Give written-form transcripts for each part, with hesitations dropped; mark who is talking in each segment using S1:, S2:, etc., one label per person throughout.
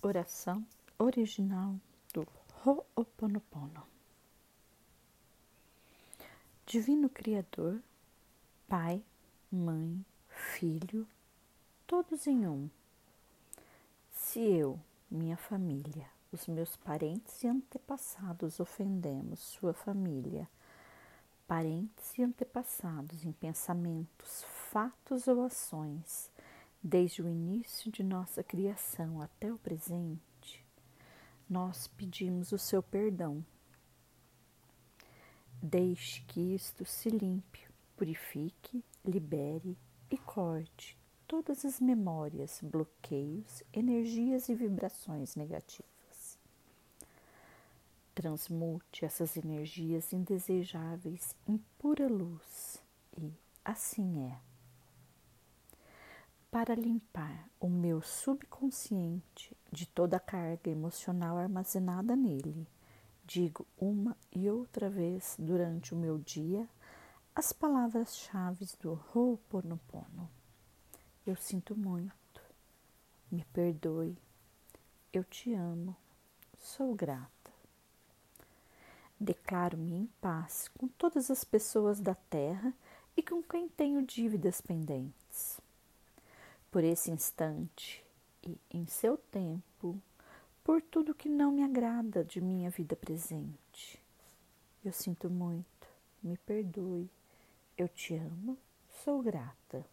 S1: Oração original do Ho'oponopono. Divino Criador, Pai, Mãe, Filho, todos em um. Se eu, minha família, os meus parentes e antepassados ofendemos sua família, parentes e antepassados em pensamentos, fatos ou ações, desde o início de nossa criação até o presente, nós pedimos o seu perdão. Deixe que isto se limpe, purifique, libere e corte todas as memórias, bloqueios, energias e vibrações negativas. Transmute essas energias indesejáveis em pura luz e assim é. Para limpar o meu subconsciente de toda a carga emocional armazenada nele, digo uma e outra vez durante o meu dia as palavras-chave do Ho'oponopono. Eu sinto muito, me perdoe, eu te amo, sou grata. Declaro-me em paz com todas as pessoas da Terra e com quem tenho dívidas pendentes. Por esse instante e em seu tempo, por tudo que não me agrada de minha vida presente. Eu sinto muito, me perdoe, eu te amo, sou grata.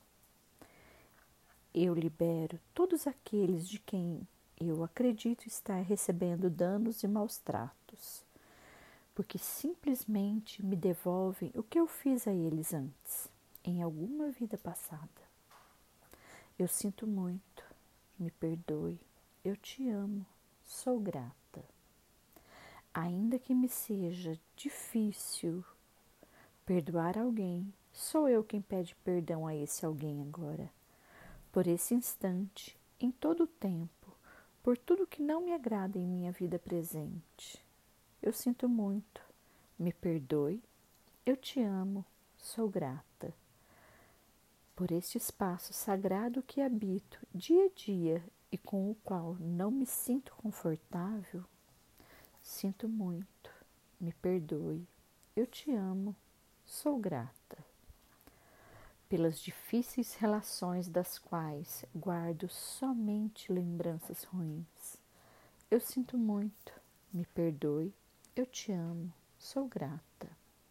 S1: Eu libero todos aqueles de quem eu acredito estar recebendo danos e maus tratos, porque simplesmente me devolvem o que eu fiz a eles antes, em alguma vida passada. Eu sinto muito, me perdoe, eu te amo, sou grata. Ainda que me seja difícil perdoar alguém, sou eu quem pede perdão a esse alguém agora. Por esse instante, em todo o tempo, por tudo que não me agrada em minha vida presente. Eu sinto muito, me perdoe, eu te amo, sou grata. Por este espaço sagrado que habito dia a dia e com o qual não me sinto confortável, sinto muito, me perdoe, eu te amo, sou grata. Pelas difíceis relações das quais guardo somente lembranças ruins, eu sinto muito, me perdoe, eu te amo, sou grata.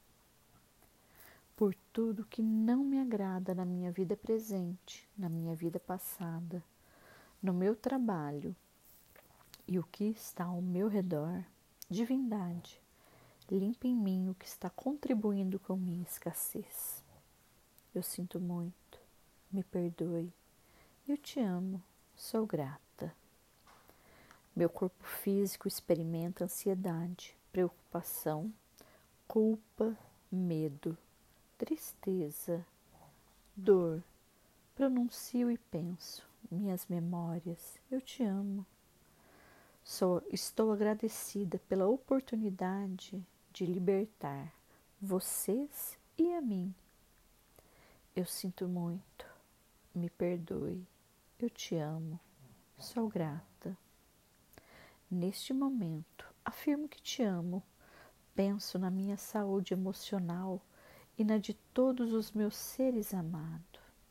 S1: Por tudo que não me agrada na minha vida presente, na minha vida passada, no meu trabalho e o que está ao meu redor, divindade, limpa em mim o que está contribuindo com minha escassez. Eu sinto muito, me perdoe, eu te amo, sou grata. Meu corpo físico experimenta ansiedade, preocupação, culpa, medo, tristeza, dor. Pronuncio e penso, minhas memórias, eu te amo. Estou agradecida pela oportunidade de libertar vocês e a mim. Eu sinto muito, me perdoe, eu te amo, sou grata. Neste momento, afirmo que te amo, penso na minha saúde emocional e na de todos os meus seres amados.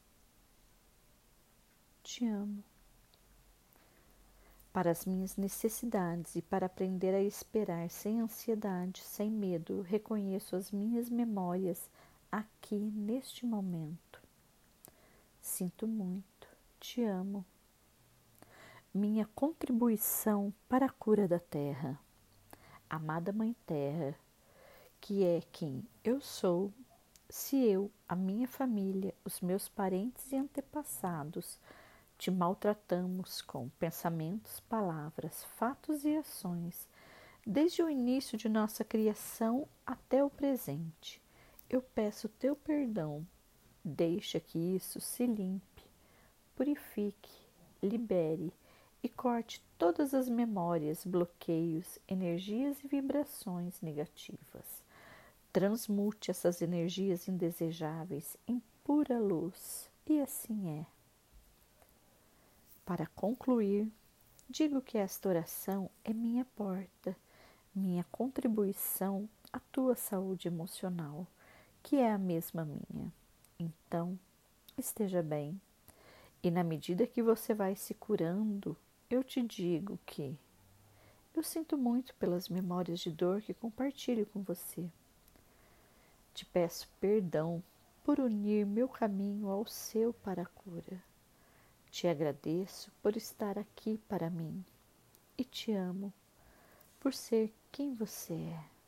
S1: Te amo. Para as minhas necessidades e para aprender a esperar sem ansiedade, sem medo, reconheço as minhas memórias aqui neste momento. Sinto muito, te amo. Minha contribuição para a cura da Terra. Amada Mãe Terra, que é quem eu sou, se eu, a minha família, os meus parentes e antepassados te maltratamos com pensamentos, palavras, fatos e ações, desde o início de nossa criação até o presente, eu peço teu perdão. Deixa que isso se limpe, purifique, libere e corte todas as memórias, bloqueios, energias e vibrações negativas. Transmute essas energias indesejáveis em pura luz, e assim é. Para concluir, digo que esta oração é minha porta, minha contribuição à tua saúde emocional, que é a mesma minha. Então, esteja bem. E na medida que você vai se curando, eu te digo que eu sinto muito pelas memórias de dor que compartilho com você. Te peço perdão por unir meu caminho ao seu para a cura. Te agradeço por estar aqui para mim e te amo por ser quem você é.